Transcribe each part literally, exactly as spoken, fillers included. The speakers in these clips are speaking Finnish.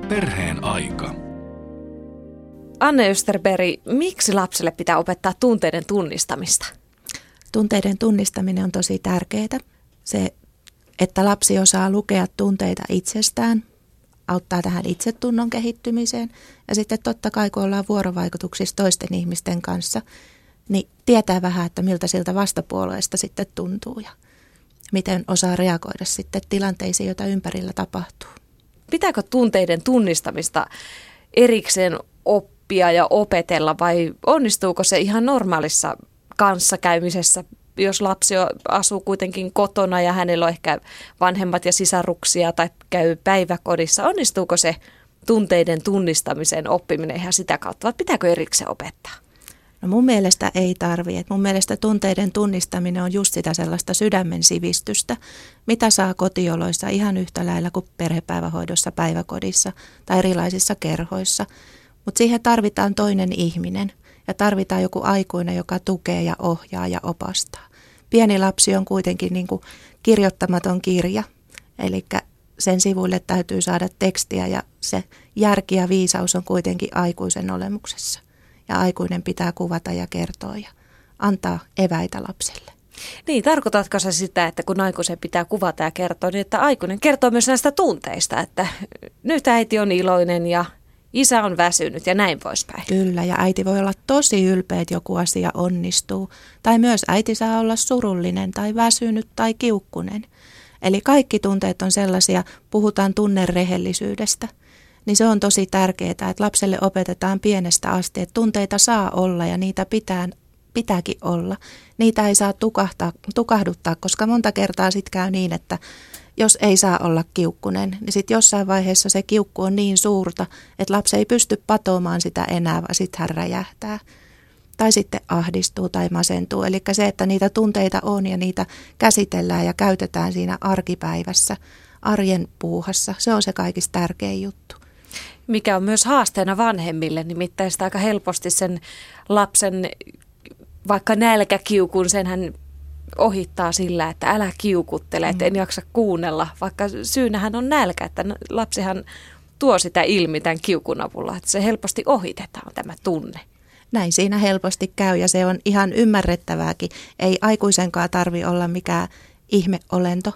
Perheen aika. Anne Österberg, miksi lapselle pitää opettaa tunteiden tunnistamista? Tunteiden tunnistaminen on tosi tärkeää. Se, että lapsi osaa lukea tunteita itsestään, auttaa tähän itsetunnon kehittymiseen. Ja sitten totta kai, kun ollaan vuorovaikutuksissa toisten ihmisten kanssa, niin tietää vähän, että miltä siltä vastapuolesta sitten tuntuu ja miten osaa reagoida sitten tilanteisiin, joita ympärillä tapahtuu. Pitääkö tunteiden tunnistamista erikseen oppia ja opetella vai onnistuuko se ihan normaalissa kanssakäymisessä, jos lapsi asuu kuitenkin kotona ja hänellä on ehkä vanhemmat ja sisaruksia tai käy päiväkodissa? Onnistuuko se tunteiden tunnistamisen oppiminen ihan sitä kautta vai pitääkö erikseen opettaa? No mun mielestä ei tarvitse. Mun mielestä tunteiden tunnistaminen on just sitä sellaista sydämen sivistystä, mitä saa kotioloissa ihan yhtä lailla kuin perhepäivähoidossa, päiväkodissa tai erilaisissa kerhoissa. Mutta siihen tarvitaan toinen ihminen ja tarvitaan joku aikuinen, joka tukee ja ohjaa ja opastaa. Pieni lapsi on kuitenkin niin kuin kirjoittamaton kirja, eli sen sivuille täytyy saada tekstiä ja se järki ja viisaus on kuitenkin aikuisen olemuksessa. Ja aikuinen pitää kuvata ja kertoa ja antaa eväitä lapselle. Niin, tarkoitatko sä sitä, että kun aikuisen pitää kuvata ja kertoa, niin että aikuinen kertoo myös näistä tunteista, että nyt äiti on iloinen ja isä on väsynyt ja näin poispäin? Kyllä, ja äiti voi olla tosi ylpeä, että joku asia onnistuu. Tai myös äiti saa olla surullinen tai väsynyt tai kiukkunen. Eli kaikki tunteet on sellaisia, puhutaan tunnerehellisyydestä. Niin se on tosi tärkeää, että lapselle opetetaan pienestä asti, että tunteita saa olla ja niitä pitää, pitääkin olla. Niitä ei saa tukahtaa, tukahduttaa, koska monta kertaa sitten käy niin, että jos ei saa olla kiukkunen, niin sitten jossain vaiheessa se kiukku on niin suurta, että lapsi ei pysty patoamaan sitä enää, vaan sitten hän räjähtää. Tai sitten ahdistuu tai masentuu. Eli se, että niitä tunteita on ja niitä käsitellään ja käytetään siinä arkipäivässä, arjen puuhassa, se on se kaikista tärkein juttu. Mikä on myös haasteena vanhemmille, nimittäin sitä aika helposti sen lapsen vaikka nälkäkiukun, sen hän ohittaa sillä, että älä kiukuttele, että en jaksa kuunnella, vaikka syynähän on nälkä, että lapsihan tuo sitä ilmi tämän kiukun avulla, että se helposti ohitetaan tämä tunne. Näin siinä helposti käy ja se on ihan ymmärrettävääkin. Ei aikuisenkaan tarvitse olla mikään ihmeolento,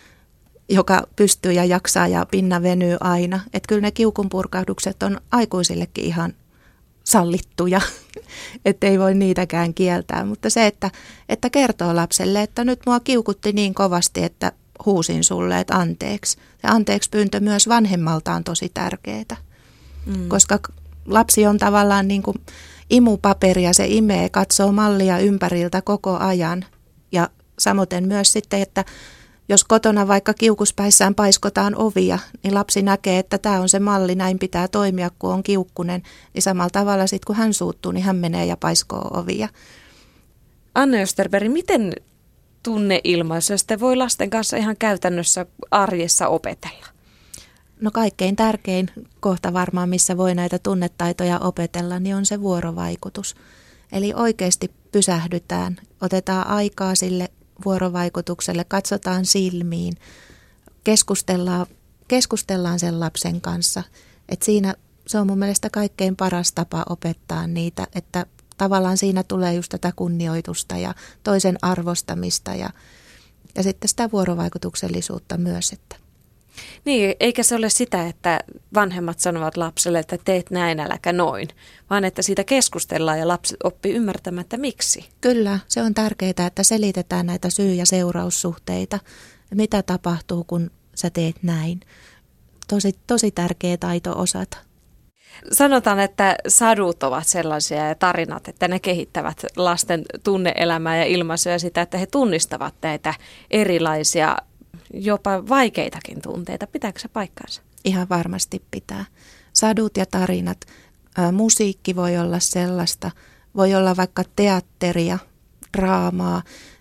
joka pystyy ja jaksaa ja pinna venyy aina. Että kyllä ne kiukunpurkahdukset on aikuisillekin ihan sallittuja, että ei voi niitäkään kieltää. Mutta se, että, että kertoo lapselle, että nyt mua kiukutti niin kovasti, että huusin sulle, että anteeksi. Se anteeksi pyyntö myös vanhemmalta on tosi tärkeää, mm. koska lapsi on tavallaan niin kuin imupaperi ja se imee, katsoo mallia ympäriltä koko ajan. Ja samoin myös sitten, että jos kotona vaikka kiukuspäissään paiskotaan ovia, niin lapsi näkee, että tämä on se malli, näin pitää toimia, kun on kiukkunen. Niin samalla tavalla sitten, kun hän suuttuu, niin hän menee ja paiskoo ovia. Anne Österberg, miten tunneilmaisuja sitten voi lasten kanssa ihan käytännössä arjessa opetella? No kaikkein tärkein kohta varmaan, missä voi näitä tunnetaitoja opetella, niin on se vuorovaikutus. Eli oikeasti pysähdytään, otetaan aikaa sille vuorovaikutukselle, katsotaan silmiin, keskustellaan, keskustellaan sen lapsen kanssa. Et siinä se on mun mielestä kaikkein paras tapa opettaa niitä, että tavallaan siinä tulee just tätä kunnioitusta ja toisen arvostamista ja, ja sitten sitä vuorovaikutuksellisuutta myös. Että. Niin, eikä se ole sitä, että vanhemmat sanovat lapselle, että teet näin, äläkä noin, vaan että siitä keskustellaan ja lapsi oppii ymmärtämään, että miksi. Kyllä, se on tärkeää, että selitetään näitä syy- ja seuraussuhteita, mitä tapahtuu, kun sä teet näin. Tosi, tosi tärkeä taito osata. Sanotaan, että sadut ovat sellaisia ja tarinat, että ne kehittävät lasten tunne-elämää ja ilmaisuja sitä, että he tunnistavat näitä erilaisia jopa vaikeitakin tunteita. Pitääkö se paikkaansa? Ihan varmasti pitää. Sadut ja tarinat, ä, musiikki voi olla sellaista, voi olla vaikka teatteria, draamaa.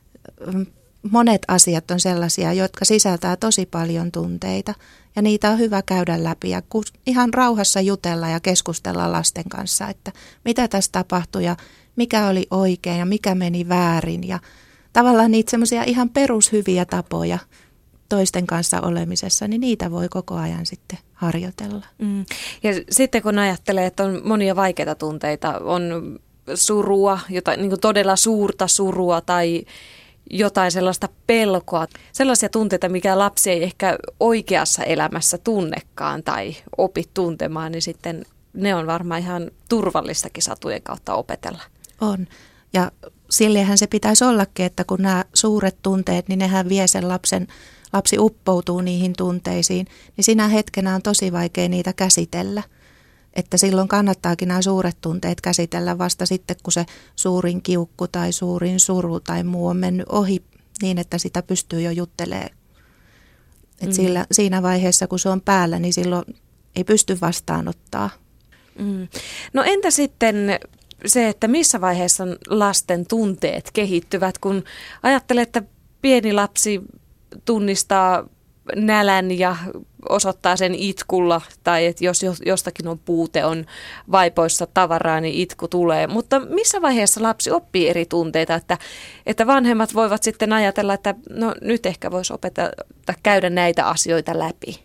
Monet asiat on sellaisia, jotka sisältää tosi paljon tunteita ja niitä on hyvä käydä läpi ja ihan rauhassa jutella ja keskustella lasten kanssa, että mitä tässä tapahtui ja mikä oli oikein ja mikä meni väärin ja tavallaan niitä semmoisia ihan perushyviä tapoja toisten kanssa olemisessa, niin niitä voi koko ajan sitten harjoitella. Mm. Ja sitten kun ajattelee, että on monia vaikeita tunteita, on surua, jota, niin kuin todella suurta surua tai jotain sellaista pelkoa, sellaisia tunteita, mikä lapsi ei ehkä oikeassa elämässä tunnekaan tai opi tuntemaan, niin sitten ne on varmaan ihan turvallistakin satujen kautta opetella. On. Ja sillehän se pitäisi ollakin, että kun nämä suuret tunteet, niin nehän vie sen lapsen, lapsi uppoutuu niihin tunteisiin, niin sinä hetkenä on tosi vaikea niitä käsitellä. Että silloin kannattaakin nämä suuret tunteet käsitellä vasta sitten, kun se suurin kiukku tai suurin suru tai muu on mennyt ohi niin, että sitä pystyy jo juttelemaan. Et mm. sillä, siinä vaiheessa, kun se on päällä, niin silloin ei pysty vastaanottaa. Mm. No entä sitten se, että missä vaiheessa lasten tunteet kehittyvät, kun ajattelee, että pieni lapsi tunnistaa nälän ja osoittaa sen itkulla, tai että jos jostakin on puute, on vaipoissa tavaraa, niin itku tulee. Mutta missä vaiheessa lapsi oppii eri tunteita, että, että vanhemmat voivat sitten ajatella, että no nyt ehkä voisi opetella käydä näitä asioita läpi?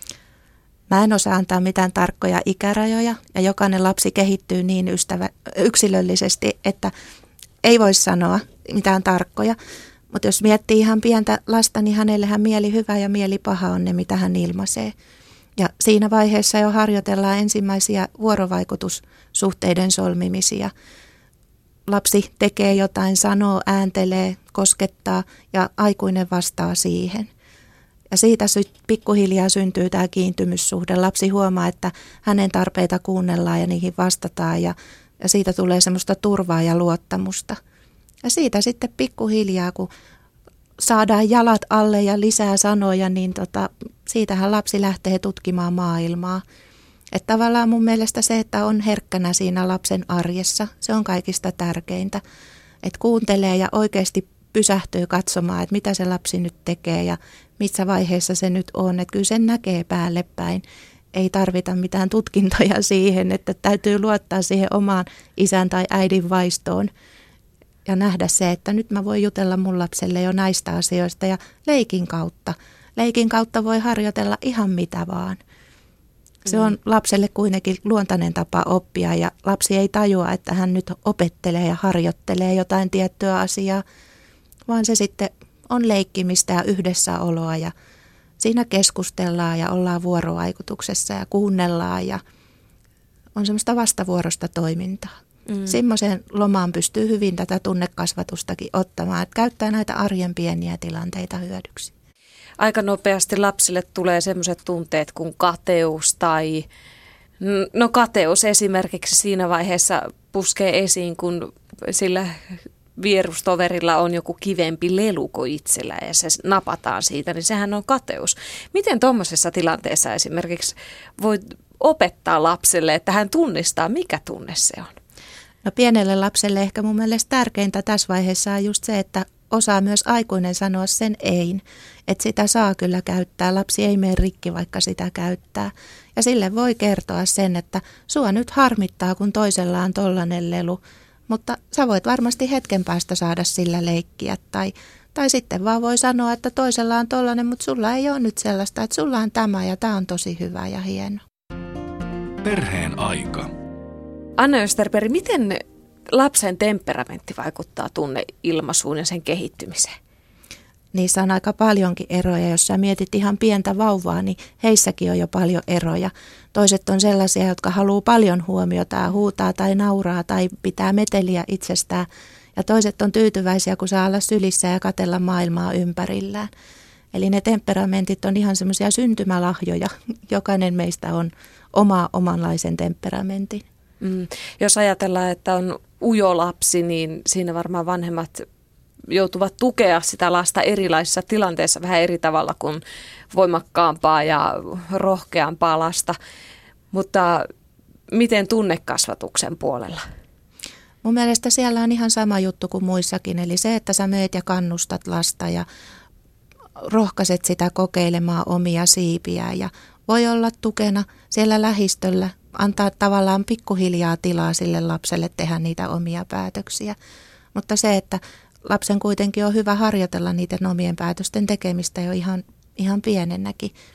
Mä en osaa antaa mitään tarkkoja ikärajoja, ja jokainen lapsi kehittyy niin ystävä, yksilöllisesti, että ei voi sanoa mitään tarkkoja. Mutta jos miettii ihan pientä lasta, niin hänellähän mieli hyvä ja mieli paha on ne, mitä hän ilmaisee. Ja siinä vaiheessa jo harjoitellaan ensimmäisiä vuorovaikutussuhteiden solmimisia. Lapsi tekee jotain, sanoo, ääntelee, koskettaa ja aikuinen vastaa siihen. Ja siitä pikkuhiljaa syntyy tämä kiintymyssuhde. Lapsi huomaa, että hänen tarpeita kuunnellaan ja niihin vastataan ja, ja siitä tulee semmoista turvaa ja luottamusta. Ja siitä sitten pikkuhiljaa, kun saadaan jalat alle ja lisää sanoja, niin tota, siitähän lapsi lähtee tutkimaan maailmaa. Että tavallaan mun mielestä se, että on herkkänä siinä lapsen arjessa, se on kaikista tärkeintä. Että kuuntelee ja oikeasti pysähtyy katsomaan, että mitä se lapsi nyt tekee ja missä vaiheessa se nyt on. Että kyllä sen näkee päälle päin. Ei tarvita mitään tutkintoja siihen, että täytyy luottaa siihen omaan isän tai äidin vaistoon. Ja nähdä se, että nyt mä voin jutella mun lapselle jo näistä asioista ja leikin kautta. Leikin kautta voi harjoitella ihan mitä vaan. Se on lapselle kuitenkin luontainen tapa oppia ja lapsi ei tajua, että hän nyt opettelee ja harjoittelee jotain tiettyä asiaa, vaan se sitten on leikkimistä ja yhdessäoloa ja siinä keskustellaan ja ollaan vuorovaikutuksessa ja kuunnellaan ja on semmoista vastavuorosta toimintaa. Mm. Semmoiseen lomaan pystyy hyvin tätä tunnekasvatustakin ottamaan, että käyttää näitä arjen pieniä tilanteita hyödyksi. Aika nopeasti lapsille tulee semmoiset tunteet kuin kateus tai, no kateus esimerkiksi siinä vaiheessa puskee esiin, kun sillä vierustoverilla on joku kivempi lelu kuin itsellä ja se napataan siitä, niin sehän on kateus. Miten tuommoisessa tilanteessa esimerkiksi voi opettaa lapselle, että hän tunnistaa, mikä tunne se on? No pienelle lapselle ehkä mun mielestä tärkeintä tässä vaiheessa on just se, että osaa myös aikuinen sanoa sen ein, että sitä saa kyllä käyttää. Lapsi ei mene rikki, vaikka sitä käyttää. Ja sille voi kertoa sen, että sua nyt harmittaa, kun toisella on tollainen lelu, mutta sä voit varmasti hetken päästä saada sillä leikkiä. Tai, tai sitten vaan voi sanoa, että toisella on tollainen, mutta sulla ei ole nyt sellaista, että sulla on tämä ja tämä on tosi hyvä ja hieno. Perheen aika. Anna Österberg, miten lapsen temperamentti vaikuttaa tunneilmaisuun ja sen kehittymiseen? Niissä on aika paljonkin eroja. Jos sä mietit ihan pientä vauvaa, niin heissäkin on jo paljon eroja. Toiset on sellaisia, jotka haluaa paljon huomiota, huutaa tai nauraa tai pitää meteliä itsestään. Ja toiset on tyytyväisiä, kun saa olla sylissä ja katsella maailmaa ympärillään. Eli ne temperamentit on ihan semmoisia syntymälahjoja. Jokainen meistä on oma omanlaisen temperamentin. Mm. Jos ajatellaan, että on ujo lapsi, niin siinä varmaan vanhemmat joutuvat tukea sitä lasta erilaisissa tilanteissa vähän eri tavalla kuin voimakkaampaa ja rohkeampaa lasta. Mutta miten tunnekasvatuksen puolella? Mun mielestä siellä on ihan sama juttu kuin muissakin. Eli se, että sä meet ja kannustat lasta ja rohkaiset sitä kokeilemaan omia siipiä ja voi olla tukena siellä lähistöllä. Antaa tavallaan pikkuhiljaa tilaa sille lapselle tehdä niitä omia päätöksiä. Mutta se, että lapsen kuitenkin on hyvä harjoitella niiden omien päätösten tekemistä jo ihan, ihan pienennäkin.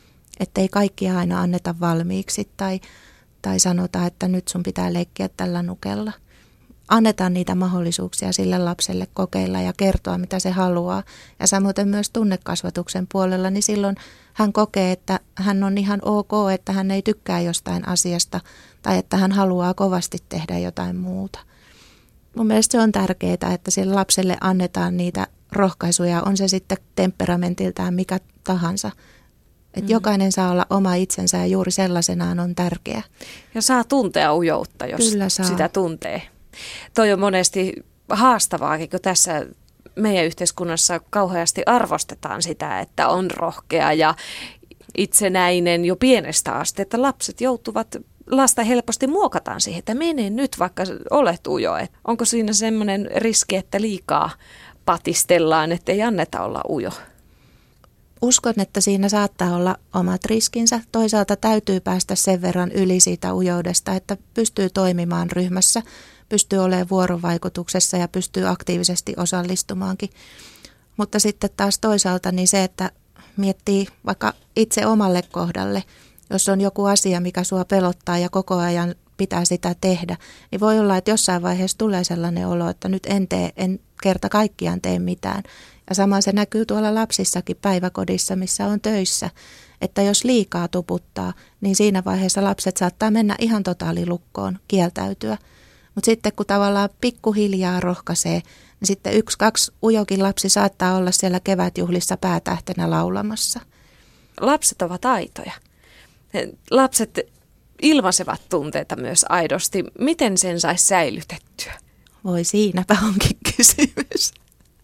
ettei kaikkia aina anneta valmiiksi tai, tai sanota, että nyt sun pitää leikkiä tällä nukella. Annetaan niitä mahdollisuuksia sille lapselle kokeilla ja kertoa, mitä se haluaa. Ja samoin myös tunnekasvatuksen puolella, niin silloin hän kokee, että hän on ihan ok, että hän ei tykkää jostain asiasta tai että hän haluaa kovasti tehdä jotain muuta. Mun mielestä se on tärkeää, että sille lapselle annetaan niitä rohkaisuja, on se sitten temperamentiltään mikä tahansa. Että mm. jokainen saa olla oma itsensä ja juuri sellaisenaan on tärkeä. Ja saa tuntea ujoutta, jos sitä tuntee. Toi on monesti haastavaakin, kun tässä meidän yhteiskunnassa kauheasti arvostetaan sitä, että on rohkea ja itsenäinen jo pienestä asti, että lapset joutuvat, lasta helposti muokataan siihen, että mene nyt vaikka olet ujo. Et onko siinä semmoinen riski, että liikaa patistellaan, että ei anneta olla ujo? Uskon, että siinä saattaa olla omat riskinsä. Toisaalta täytyy päästä sen verran yli siitä ujoudesta, että pystyy toimimaan ryhmässä, pystyy olemaan vuorovaikutuksessa ja pystyy aktiivisesti osallistumaankin. Mutta sitten taas toisaalta niin se, että miettii vaikka itse omalle kohdalle, jos on joku asia, mikä sua pelottaa ja koko ajan pitää sitä tehdä, niin voi olla, että jossain vaiheessa tulee sellainen olo, että nyt en tee, en kerta kaikkiaan tee mitään. Ja sama se näkyy tuolla lapsissakin päiväkodissa, missä on töissä, että jos liikaa tuputtaa, niin siinä vaiheessa lapset saattaa mennä ihan totaalilukkoon, kieltäytyä. Mutta sitten kun tavallaan pikkuhiljaa rohkaisee, niin sitten yksi, kaksi ujokin lapsi saattaa olla siellä kevätjuhlissa päätähtenä laulamassa. Lapset ovat aitoja. Lapset ilmaisevat tunteita myös aidosti. Miten sen saisi säilytettyä? Voi siinäpä onkin kysymys.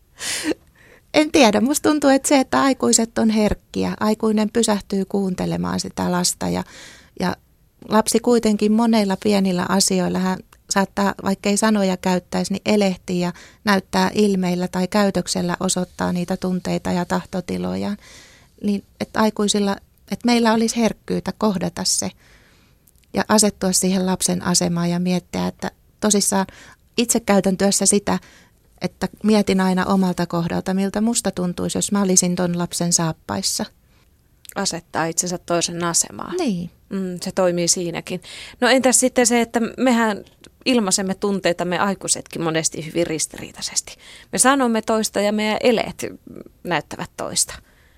En tiedä, musta tuntuu, että se, että aikuiset on herkkiä. Aikuinen pysähtyy kuuntelemaan sitä lasta ja, ja lapsi kuitenkin monilla pienillä asioilla hän saattaa, vaikka ei sanoja käyttäisi, niin elehtii ja näyttää ilmeillä tai käytöksellä osoittaa niitä tunteita ja tahtotilojaan. Niin, että aikuisilla, että meillä olisi herkkyyttä kohdata se ja asettua siihen lapsen asemaan ja miettiä, että tosissaan itse käytän työssä sitä, että mietin aina omalta kohdalta, miltä musta tuntuisi, jos mä olisin ton lapsen saappaissa. Asettaa itsensä toisen asemaan. Niin. Mm, se toimii siinäkin. No entäs sitten se, että mehän ilmaisemme tunteitamme aikuisetkin monesti hyvin ristiriitaisesti. Me sanomme toista ja meidän eleet näyttävät toista.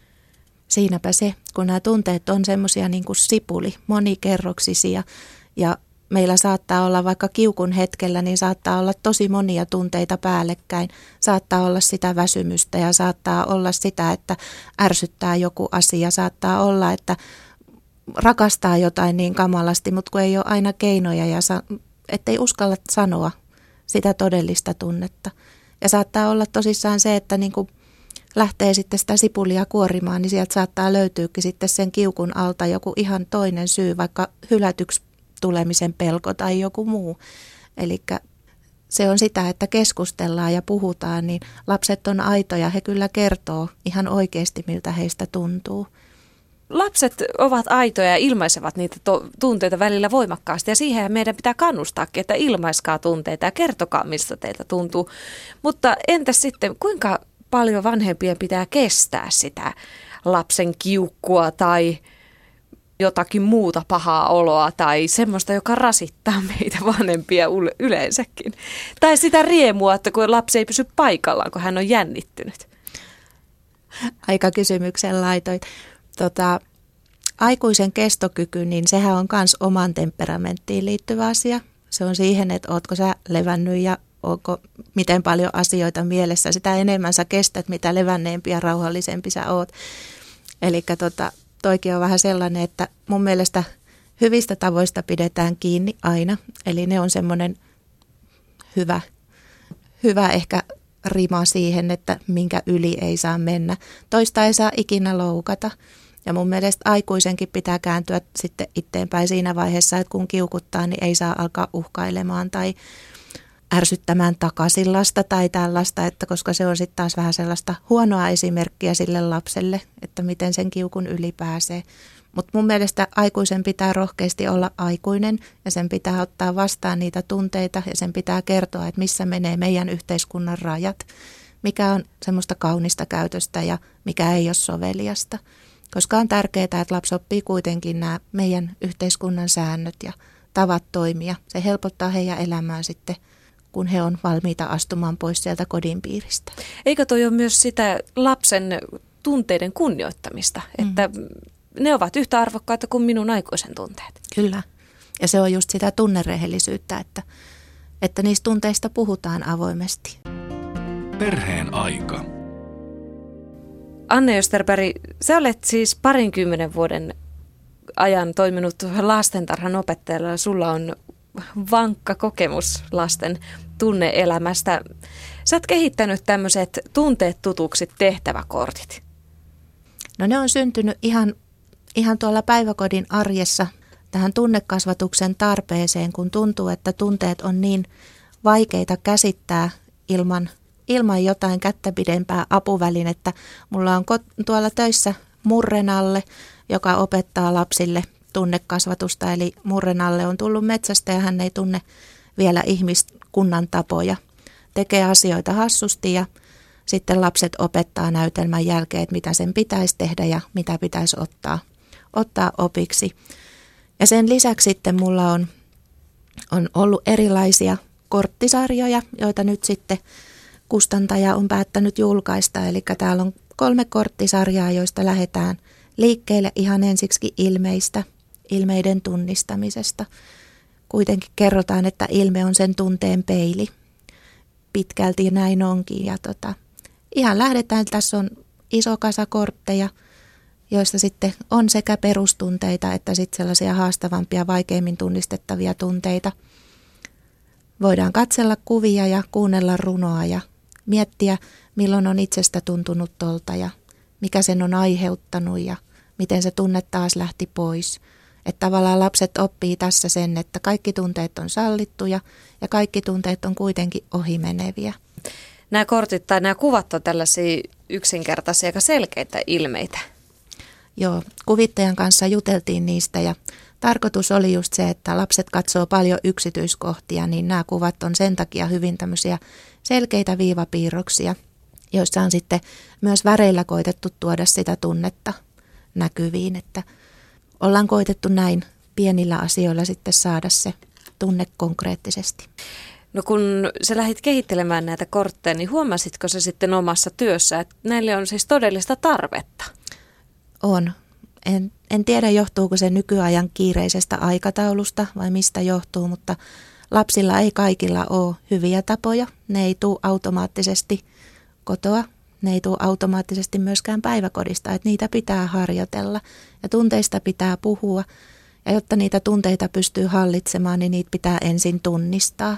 Siinäpä se, kun nämä tunteet on semmoisia niin kuin sipuli, monikerroksisia ja meillä saattaa olla vaikka kiukun hetkellä, niin saattaa olla tosi monia tunteita päällekkäin. Saattaa olla sitä väsymystä ja saattaa olla sitä, että ärsyttää joku asia. Saattaa olla, että rakastaa jotain niin kamalasti, mutta kun ei ole aina keinoja ja sa- ettei uskalla sanoa sitä todellista tunnetta. Ja saattaa olla tosissaan se, että niin kuin lähtee sitten sitä sipulia kuorimaan, niin sieltä saattaa löytyykin sitten sen kiukun alta joku ihan toinen syy, vaikka hylätyksi tulemisen pelko tai joku muu. Eli se on sitä, että keskustellaan ja puhutaan, niin lapset on aitoja. He kyllä kertoo ihan oikeasti, miltä heistä tuntuu. Lapset ovat aitoja ja ilmaisevat niitä to- tunteita välillä voimakkaasti ja siihen meidän pitää kannustaakin, että ilmaiskaa tunteita ja kertokaa, mistä teitä tuntuu. Mutta entäs sitten, kuinka paljon vanhempien pitää kestää sitä lapsen kiukkua tai jotakin muuta pahaa oloa tai semmoista, joka rasittaa meitä vanhempia yleensäkin. Tai sitä riemua, että kun lapsi ei pysy paikallaan, kun hän on jännittynyt. Aika kysymyksen laitoit. Tota, aikuisen kestokyky, niin sehän on myös oman temperamenttiin liittyvä asia. Se on siihen, että ootko sä levännyt ja onko miten paljon asioita mielessä. Sitä enemmän sä kestät, mitä levänneempi ja rauhallisempi sä oot. Eli tota, toikin on vähän sellainen, että mun mielestä hyvistä tavoista pidetään kiinni aina. Eli ne on semmoinen hyvä, hyvä ehkä rima siihen, että minkä yli ei saa mennä. Toista ei saa ikinä loukata. Ja mun mielestä aikuisenkin pitää kääntyä sitten itteenpäin siinä vaiheessa, että kun kiukuttaa, niin ei saa alkaa uhkailemaan tai ärsyttämään takaisin lasta tai tällaista, että koska se on sitten taas vähän sellaista huonoa esimerkkiä sille lapselle, että miten sen kiukun yli pääsee. Mutta mun mielestä aikuisen pitää rohkeasti olla aikuinen ja sen pitää ottaa vastaan niitä tunteita ja sen pitää kertoa, että missä menee meidän yhteiskunnan rajat, mikä on semmoista kaunista käytöstä ja mikä ei ole soveliasta. Koska on tärkeää, että lapsi oppii kuitenkin nämä meidän yhteiskunnan säännöt ja tavat toimia. Se helpottaa heidän elämää sitten, kun he on valmiita astumaan pois sieltä kodin piiristä. Eikö toi ole myös sitä lapsen tunteiden kunnioittamista, että mm. ne ovat yhtä arvokkaita kuin minun aikuisen tunteet? Kyllä. Ja se on just sitä tunnerehellisyyttä, että, että niistä tunteista puhutaan avoimesti. Perheen aika. Anne Österberg, sä olet siis parinkymmenen vuoden ajan toiminut lastentarhan opettajalla. Sulla on vankka kokemus lasten tunne-elämästä. Sä oot kehittänyt tämmöiset tunteet tutuksi tehtäväkortit. No ne on syntynyt ihan, ihan tuolla päiväkodin arjessa tähän tunnekasvatuksen tarpeeseen, kun tuntuu, että tunteet on niin vaikeita käsittää ilman, ilman jotain kättä pidempää apuvälinettä. Mulla on tuolla töissä Murrenalle, joka opettaa lapsille tunnekasvatusta, eli Murrenalle on tullut metsästä ja hän ei tunne vielä ihmiskunnan tapoja. Tekee asioita hassusti ja sitten lapset opettaa näytelmän jälkeen, että mitä sen pitäisi tehdä ja mitä pitäisi ottaa, ottaa opiksi. Ja sen lisäksi sitten mulla on, on ollut erilaisia korttisarjoja, joita nyt sitten kustantaja on päättänyt julkaista. Eli täällä on kolme korttisarjaa, joista lähdetään liikkeelle ihan ensiksi ilmeistä, ilmeiden tunnistamisesta. Kuitenkin kerrotaan, että ilme on sen tunteen peili. Pitkälti näin onkin. Ja tota, ihan lähdetään, tässä on iso kasa kortteja, joista sitten on sekä perustunteita että sitten sellaisia haastavampia, vaikeimmin tunnistettavia tunteita. Voidaan katsella kuvia ja kuunnella runoa ja miettiä, milloin on itsestä tuntunut tolta ja mikä sen on aiheuttanut ja miten se tunne taas lähti pois. Että tavallaan lapset oppii tässä sen, että kaikki tunteet on sallittuja ja kaikki tunteet on kuitenkin ohimeneviä. Nämä kortit tai nämä kuvat on tällaisia yksinkertaisia ja selkeitä ilmeitä. Joo, kuvittajan kanssa juteltiin niistä ja tarkoitus oli just se, että lapset katsoo paljon yksityiskohtia, niin nämä kuvat on sen takia hyvin tämmöisiä selkeitä viivapiirroksia, joissa on sitten myös väreillä koitettu tuoda sitä tunnetta näkyviin, että ollaan koitettu näin pienillä asioilla sitten saada se tunne konkreettisesti. No kun sä lähdit kehittelemään näitä kortteja, niin huomasitko sä sitten omassa työssä, että näille on siis todellista tarvetta? On. En, en tiedä, johtuuko se nykyajan kiireisestä aikataulusta vai mistä johtuu, mutta lapsilla ei kaikilla ole hyviä tapoja. Ne ei tule automaattisesti kotoa, ne ei tule automaattisesti myöskään päiväkodista, että niitä pitää harjoitella ja tunteista pitää puhua. Ja jotta niitä tunteita pystyy hallitsemaan, niin niitä pitää ensin tunnistaa.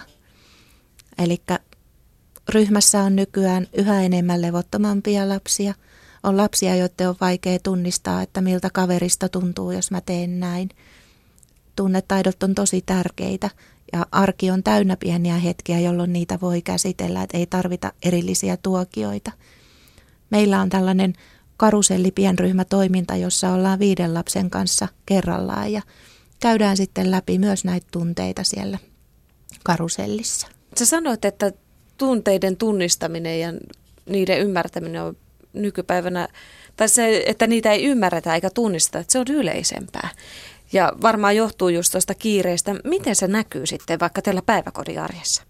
Eli ryhmässä on nykyään yhä enemmän levottomampia lapsia. On lapsia, joiden on vaikea tunnistaa, että miltä kaverista tuntuu, jos mä teen näin. Tunnetaidot on tosi tärkeitä ja arki on täynnä pieniä hetkiä, jolloin niitä voi käsitellä, että ei tarvita erillisiä tuokioita. Meillä on tällainen karuselli-pienryhmätoiminta, jossa ollaan viiden lapsen kanssa kerrallaan ja käydään sitten läpi myös näitä tunteita siellä karusellissa. Sä sanoit, että tunteiden tunnistaminen ja niiden ymmärtäminen on nykypäivänä, tai se, että niitä ei ymmärretä eikä tunnisteta, että se on yleisempää. Ja varmaan johtuu just tuosta kiireestä. Miten se näkyy sitten vaikka teillä päiväkodin arjessa?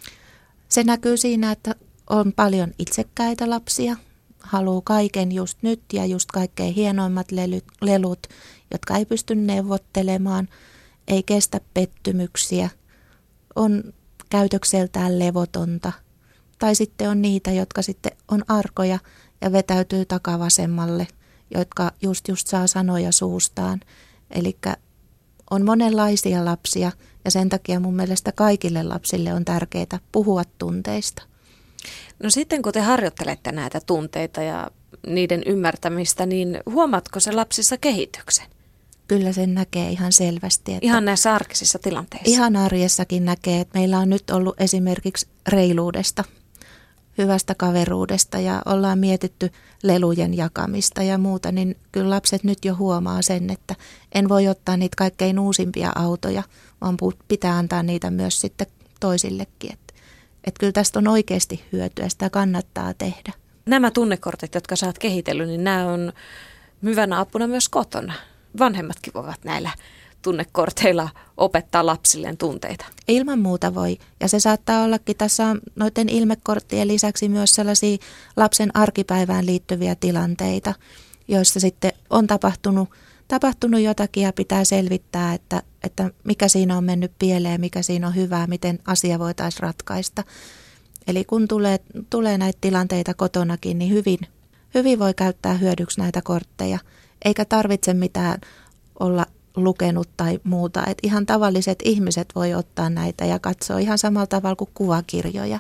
Se näkyy siinä, että on paljon itsekkäitä lapsia, haluaa kaiken just nyt ja just kaikkein hienoimmat lelut, jotka ei pysty neuvottelemaan, ei kestä pettymyksiä, on käytökseltään levotonta. Tai sitten on niitä, jotka sitten on arkoja ja vetäytyy takavasemmalle, jotka just just saa sanoja suustaan. Eli on monenlaisia lapsia ja sen takia mun mielestä kaikille lapsille on tärkeää puhua tunteista. No sitten kun te harjoittelette näitä tunteita ja niiden ymmärtämistä, niin huomaatko se lapsissa kehityksen? Kyllä sen näkee ihan selvästi. Että ihan näissä arkisissa tilanteissa? Ihan arjessakin näkee, että meillä on nyt ollut esimerkiksi reiluudesta, hyvästä kaveruudesta ja ollaan mietitty lelujen jakamista ja muuta, niin kyllä lapset nyt jo huomaa sen, että en voi ottaa niitä kaikkein uusimpia autoja, vaan pitää antaa niitä myös sitten toisillekin. Että et kyllä tästä on oikeasti hyötyä, sitä kannattaa tehdä. Nämä tunnekortit, jotka sä oot kehitellyt, niin nämä on hyvänä apuna myös kotona. Vanhemmatkin voivat näillä tunnekorteilla opettaa lapsilleen tunteita. Ilman muuta voi. Ja se saattaa ollakin tässä on noiden ilmekorttien lisäksi myös sellaisia lapsen arkipäivään liittyviä tilanteita, joissa sitten on tapahtunut, tapahtunut jotakin ja pitää selvittää, että, että mikä siinä on mennyt pieleen, mikä siinä on hyvää, miten asia voitaisiin ratkaista. Eli kun tulee, tulee näitä tilanteita kotonakin, niin hyvin, hyvin voi käyttää hyödyksi näitä kortteja. Eikä tarvitse mitään olla lukenut tai muuta. Et ihan tavalliset ihmiset voi ottaa näitä ja katsoa ihan samalla tavalla kuin kuvakirjoja.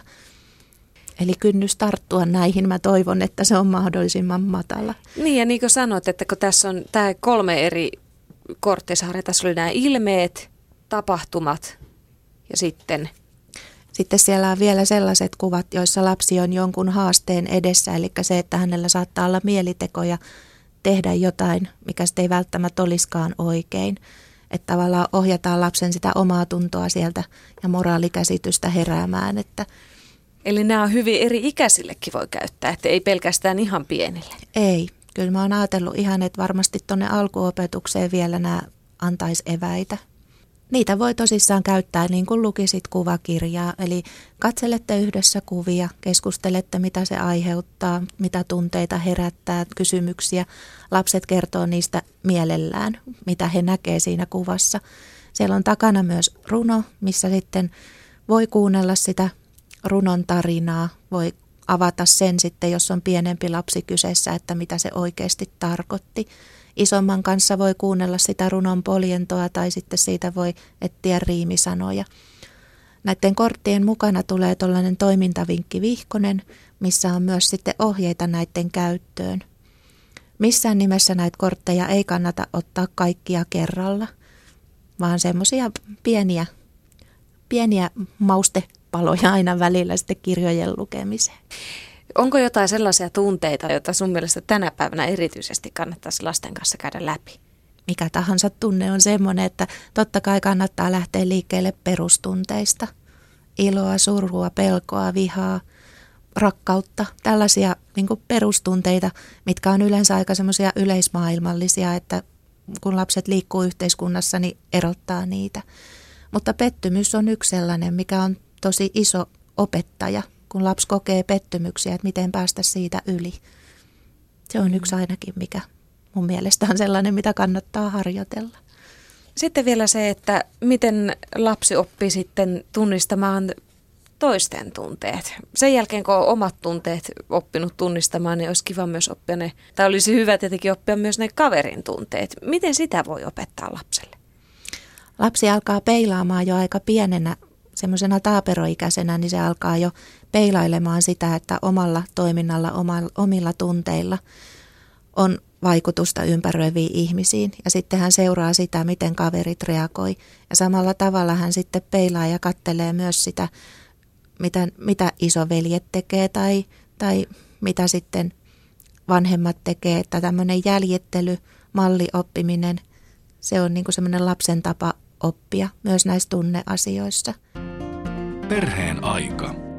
Eli kynnys tarttua näihin, mä toivon, että se on mahdollisimman matala. Niin ja niin kuin sanoit, että kun tässä on tämä kolme eri korttisarja, tässä oli nämä ilmeet, tapahtumat ja sitten... Sitten siellä on vielä sellaiset kuvat, joissa lapsi on jonkun haasteen edessä, eli se, että hänellä saattaa olla mielitekoja tehdä jotain, mikä sitten ei välttämättä olisikaan oikein. Että tavallaan ohjataan lapsen sitä omaa tuntoa sieltä ja moraalikäsitystä heräämään. Että Eli nämä on hyvin eri ikäisillekin voi käyttää, että ei pelkästään ihan pienille. Ei. Kyllä mä oon ajatellut ihan, että varmasti tuonne alkuopetukseen vielä nämä antaisi eväitä. Niitä voi tosissaan käyttää niin kuin lukisit kuvakirjaa, eli katselette yhdessä kuvia, keskustelette mitä se aiheuttaa, mitä tunteita herättää, kysymyksiä. Lapset kertoo niistä mielellään, mitä he näkee siinä kuvassa. Siellä on takana myös runo, missä sitten voi kuunnella sitä runon tarinaa, voi avata sen sitten, jos on pienempi lapsi kyseessä, että mitä se oikeasti tarkoitti. Isomman kanssa voi kuunnella sitä runon poljentoa tai sitten siitä voi etsiä riimisanoja. Näiden korttien mukana tulee tuollainen toimintavinkkivihkonen, missä on myös sitten ohjeita näiden käyttöön. Missään nimessä näitä kortteja ei kannata ottaa kaikkia kerralla, vaan semmoisia pieniä, pieniä maustepaloja aina välillä sitten kirjojen lukemiseen. Onko jotain sellaisia tunteita, joita sun mielestä tänä päivänä erityisesti kannattaisi lasten kanssa käydä läpi? Mikä tahansa tunne on semmoinen, että totta kai kannattaa lähteä liikkeelle perustunteista. Iloa, surua, pelkoa, vihaa, rakkautta. Tällaisia niin kuin perustunteita, mitkä on yleensä aika semmoisia yleismaailmallisia, että kun lapset liikkuu yhteiskunnassa, niin erottaa niitä. Mutta pettymys on yksi sellainen, mikä on tosi iso opettaja, kun lapsi kokee pettymyksiä, että miten päästä siitä yli. Se on yksi ainakin, mikä mun mielestä on sellainen, mitä kannattaa harjoitella. Sitten vielä se, että miten lapsi oppii sitten tunnistamaan toisten tunteet. Sen jälkeen, kun on omat tunteet oppinut tunnistamaan, niin olisi kiva myös oppia ne, tai olisi hyvä tietenkin oppia myös ne kaverin tunteet. Miten sitä voi opettaa lapselle? Lapsi alkaa peilaamaan jo aika pienenä, semmoisena taaperoikäisenä, niin se alkaa jo peilailemaan sitä, että omalla toiminnalla, omilla tunteilla on vaikutusta ympäröiviin ihmisiin. Ja sitten hän seuraa sitä, miten kaverit reagoi. Ja samalla tavalla hän sitten peilaa ja kattelee myös sitä, mitä, mitä isoveljet tekee tai, tai mitä sitten vanhemmat tekee. Että tämmöinen jäljittely, mallioppiminen, se on niin kuin semmoinen lapsen tapa oppia myös näissä tunneasioissa. Perheen aika.